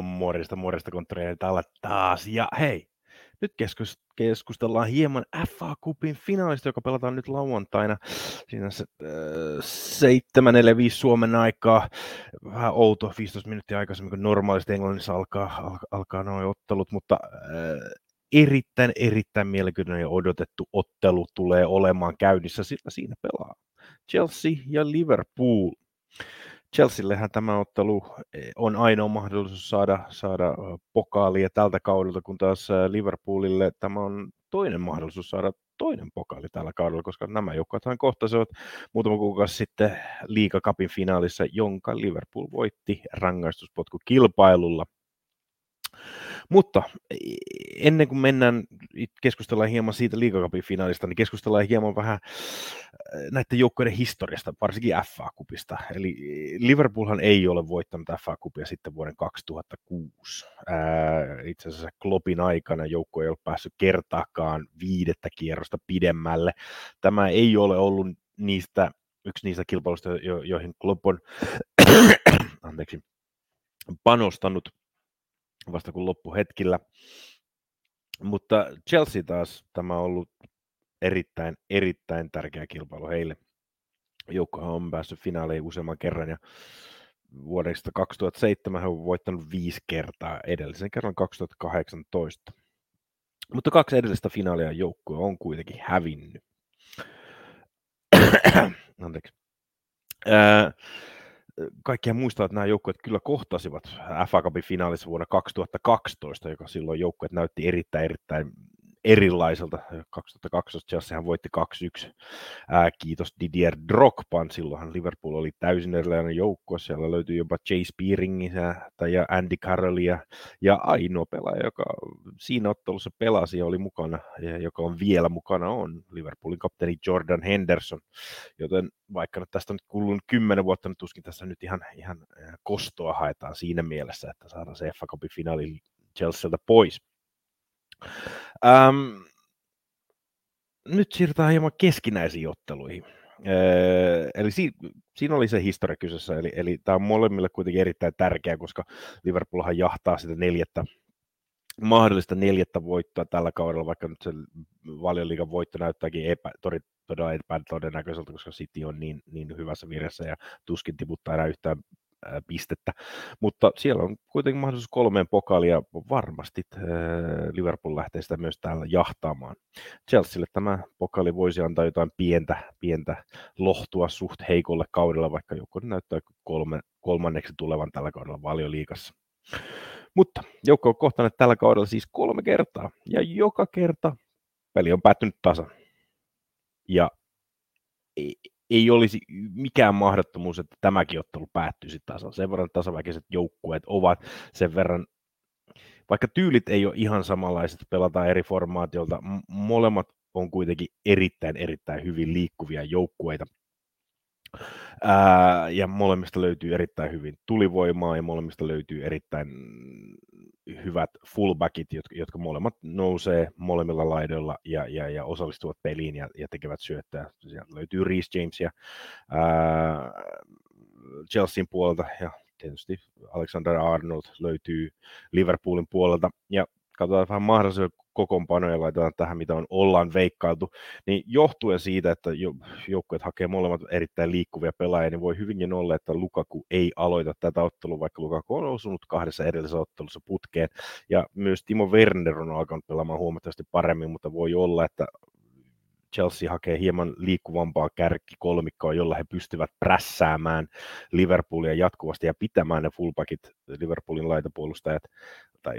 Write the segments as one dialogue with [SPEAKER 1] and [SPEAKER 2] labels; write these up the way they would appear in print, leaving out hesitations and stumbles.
[SPEAKER 1] Morjesta konttoria täällä taas. Ja hei, nyt keskustellaan hieman FA Cupin finaalista, joka pelataan nyt lauantaina. Siinä se 7.45 Suomen aikaa. Vähän outo, 15 minuuttia aikaisemmin kuin normaalisti Englannissa alkaa nuo ottelut, mutta erittäin mielenkiintoinen ja odotettu ottelu tulee olemaan käynnissä, sillä siinä pelaa Chelsea ja Liverpool. Chelseallehän tämä ottelu on ainoa mahdollisuus saada pokaalia tältä kaudelta, kun taas Liverpoolille tämä on toinen mahdollisuus saada toinen pokaali tällä kaudella, koska nämä joukkueethan kohtasivat muutama kuukausi sitten Liiga Cupin finaalissa, jonka Liverpool voitti rangaistuspotkukilpailulla. Mutta ennen kuin keskustellaan hieman siitä Liiga Cupin finaalista, niin keskustellaan hieman vähän näiden joukkojen historiasta, varsinkin FA Cupista. Eli Liverpoolhan ei ole voittanut FA Cupia sitten vuoden 2006. Itse asiassa Kloppin aikana joukko ei ole päässyt kertaakaan 5. kierrosta pidemmälle. Tämä ei ole ollut yksi niistä kilpailuista, joihin Klopp on panostanut vasta kuin loppuhetkillä. Mutta Chelsea taas, tämä on ollut erittäin tärkeä kilpailu heille. Joukkohan on päässyt finaaleihin useamman kerran ja vuodesta 2007 he on voittanut 5 kertaa, edellisen kerran 2018. Mutta 2 edellistä finaalia joukkoa on kuitenkin hävinnyt. Anteeksi. Kaikkia muistaa, että nämä joukkueet kyllä kohtasivat FA Cupin finaalissa vuonna 2012, joka silloin joukkueet näytti erittäin erilaiselta. 2012 Chelseahan voitti 2-1. Kiitos Didier Drogban. Silloinhan Liverpool oli täysin erilainen joukko. Siellä löytyi jopa Chase Spearing ja Andy Carrollia. Ja ainoa pelaaja, joka siinä ottelussa pelasi ja oli mukana, ja joka on vielä mukana, on Liverpoolin kapteeni Jordan Henderson. Joten vaikka nyt tästä on nyt kulunut 10 vuotta, niin tuskin tässä nyt ihan kostoa haetaan siinä mielessä, että saadaan se FA Cupin finaali Chelsealta pois. Nyt siirrytään hieman keskinäisiin otteluihin. Eli siinä oli se historia kyseessä, eli tämä on molemmille kuitenkin erittäin tärkeä, koska Liverpoolhan jahtaa sitä mahdollista 4. voittoa tällä kaudella, vaikka nyt se Valioliigan voitto näyttääkin todella epätodennäköiseltä, koska City on niin hyvässä virrassa ja tuskin tiputtaa enää yhtään pistettä, mutta siellä on kuitenkin mahdollisuus 3 pokaalia, varmasti Liverpool lähtee sitä myös täällä jahtaamaan. Chelsealle tämä pokaali voisi antaa jotain pientä lohtua suht heikolle kaudella, vaikka joku näyttää kolmanneksi tulevan tällä kaudella Valioliigassa. Mutta joukko on kohtanut tällä kaudella siis 3 kertaa, ja joka kerta peli on päättynyt tasan. Ja ei olisi mikään mahdottomuus, että tämäkin ottelu päättyisi tasan. Sen verran tasaväkiset joukkueet ovat sen verran, vaikka tyylit ei ole ihan samanlaiset, pelataan eri formaatiolta, molemmat on kuitenkin erittäin hyvin liikkuvia joukkueita. Ja molemmista löytyy erittäin hyvin tulivoimaa ja molemmista löytyy erittäin hyvät fullbackit, jotka molemmat nousee molemmilla laidoilla ja osallistuvat peliin ja tekevät syöttöä. Sieltä löytyy Reece Jamesia Chelsean puolelta ja tietysti Alexander-Arnold löytyy Liverpoolin puolelta. Ja katsotaan vähän mahdollisia kokoonpanoja, laitetaan tähän, mitä ollaan veikkailtu, niin johtuen siitä, että joukkueet hakee molemmat erittäin liikkuvia pelaajia, niin voi hyvinkin olla, että Lukaku ei aloita tätä ottelua, vaikka Lukaku on osunut 2 edellisessä ottelussa putkeen, ja myös Timo Werner on alkanut pelaamaan huomattavasti paremmin, mutta voi olla, että Chelsea hakee hieman liikkuvampaa kärkikolmikkoa, jolla he pystyvät prässäämään Liverpoolia jatkuvasti ja pitämään ne fullbackit, Liverpoolin laitapuolustajat tai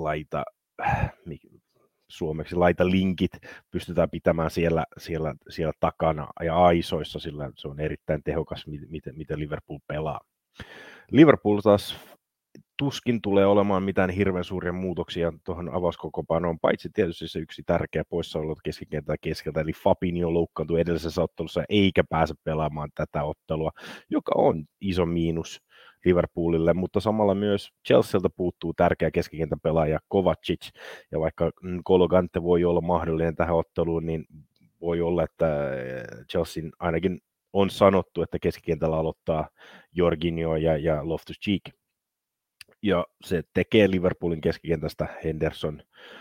[SPEAKER 1] suomeksi laitalinkit pystytään pitämään siellä takana ja aisoissa, sillä se on erittäin tehokas, miten Liverpool pelaa. Liverpool taas tuskin tulee olemaan mitään hirveän suuria muutoksia tuohon avauskokoonpanoon, paitsi tietysti se yksi tärkeä poissaolo keskeltä, eli Fabinho loukkaantui edellisessä ottelussa eikä pääse pelaamaan tätä ottelua, joka on iso miinus Liverpoolille, mutta samalla myös Chelsealta puuttuu tärkeä keskikentän pelaaja Kovacic, ja vaikka N'Golo Kante voi olla mahdollinen tähän otteluun, niin voi olla, että Chelsean ainakin on sanottu, että keskikentällä aloittaa Jorginho ja Loftus-Cheek. ja se tekee Liverpoolin keskikentästä Henderson,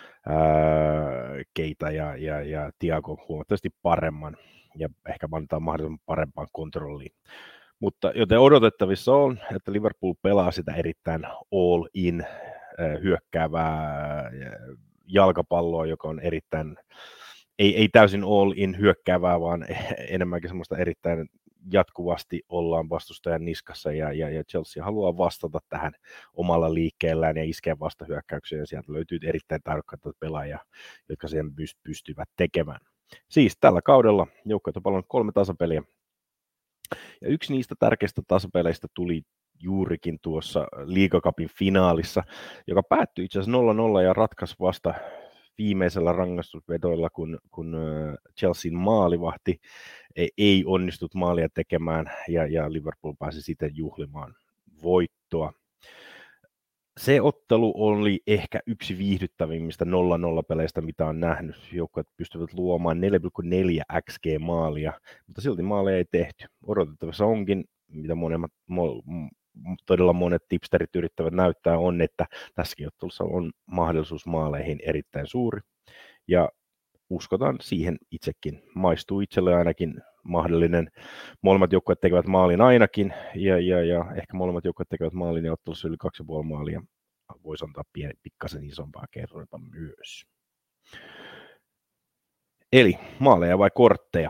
[SPEAKER 1] Keita ja Thiago huomattavasti paremman ja ehkä antaa mahdollisimman parempaan kontrolliin. Mutta joten odotettavissa on, että Liverpool pelaa sitä erittäin all-in hyökkäävää jalkapalloa, joka on erittäin, ei täysin all-in hyökkäävää, vaan enemmänkin semmoista erittäin jatkuvasti ollaan vastustajan niskassa ja Chelsea haluaa vastata tähän omalla liikkeellään ja iskeä vastahyökkäyksiä ja sieltä löytyy erittäin tarkkaita pelaajia, jotka sen pystyvät tekemään. Siis tällä kaudella joukkueet on palannut 3 tasapeliä ja yksi niistä tärkeistä tasapeleistä tuli juurikin tuossa Liiga Cupin finaalissa, joka päättyi itse asiassa 0-0 ja ratkaisi vasta viimeisellä rangaistusvedoilla, kun Chelsean maalivahti ei onnistut maalia tekemään ja Liverpool pääsi sitten juhlimaan voittoa. Se ottelu oli ehkä yksi viihdyttävimmistä 0-0-peleistä, mitä on nähnyt. Joukkueet pystyvät luomaan 4,4 XG-maalia, mutta silti maaleja ei tehty. Odotettavassa onkin, mitä todella monet tipsterit yrittävät näyttää, on, että tässäkin ottelussa on mahdollisuus maaleihin erittäin suuri. Ja uskotaan siihen itsekin. Maistuu itselle ainakin mahdollinen. Molemmat joukkueet tekevät maalin ainakin, ja ehkä molemmat joukkueet tekevät maalin ja ottelussa yli 2,5 maalia. Voisi antaa pikkasen isompaa kerrointa myös. Eli maaleja vai kortteja?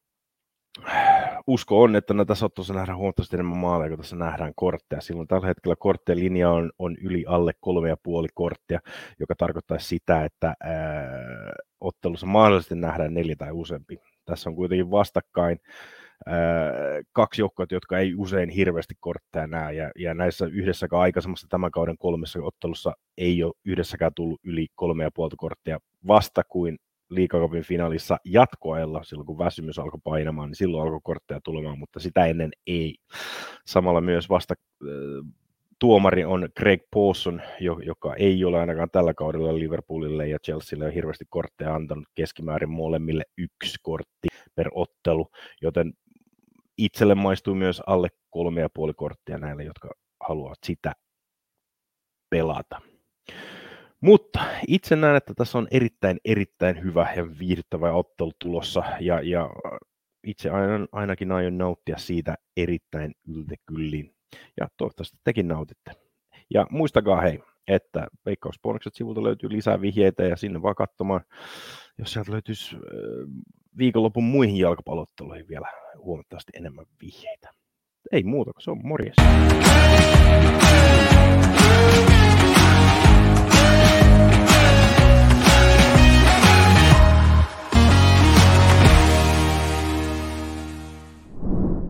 [SPEAKER 1] Usko on, että tässä ottelussa nähdään huomattavasti enemmän maaleja, kun tässä nähdään kortteja. Silloin tällä hetkellä korttien linja on yli alle 3,5 korttia, joka tarkoittaa sitä, että ottelussa mahdollisesti nähdään 4 tai useampi. Tässä on kuitenkin vastakkain 2 joukkuetta, jotka ei usein hirveästi kortteja näe, ja näissä yhdessäkään aikaisemmassa tämän kauden 3 ottelussa ei ole yhdessäkään tullut yli 3,5 korttia vasta kuin Liiga Cupin finaalissa jatkoajalla, silloin kun väsymys alkoi painamaan, niin silloin alkoi kortteja tulemaan, mutta sitä ennen ei. Samalla myös tuomari on Craig Pawson, joka ei ole ainakaan tällä kaudella Liverpoolille ja Chelsealle hirveästi kortteja antanut, keskimäärin molemmille 1 kortti per ottelu, joten itselle maistuu myös alle 3,5 korttia näille, jotka haluavat sitä pelata. Mutta itse näen, että tässä on erittäin hyvä ja viihdyttävä ottelu tulossa, ja itse ainakin aion nauttia siitä erittäin yltäkyllin. Ja toivottavasti tekin nautitte. Ja muistakaa hei, että Veikkausbonukset sivulta löytyy lisää vihjeitä ja sinne vaan katsomaan, jos sieltä löytyisi viikonlopun muihin jalkapallotteluihin vielä huomattavasti enemmän vihjeitä. Ei muuta, kun se on morjes.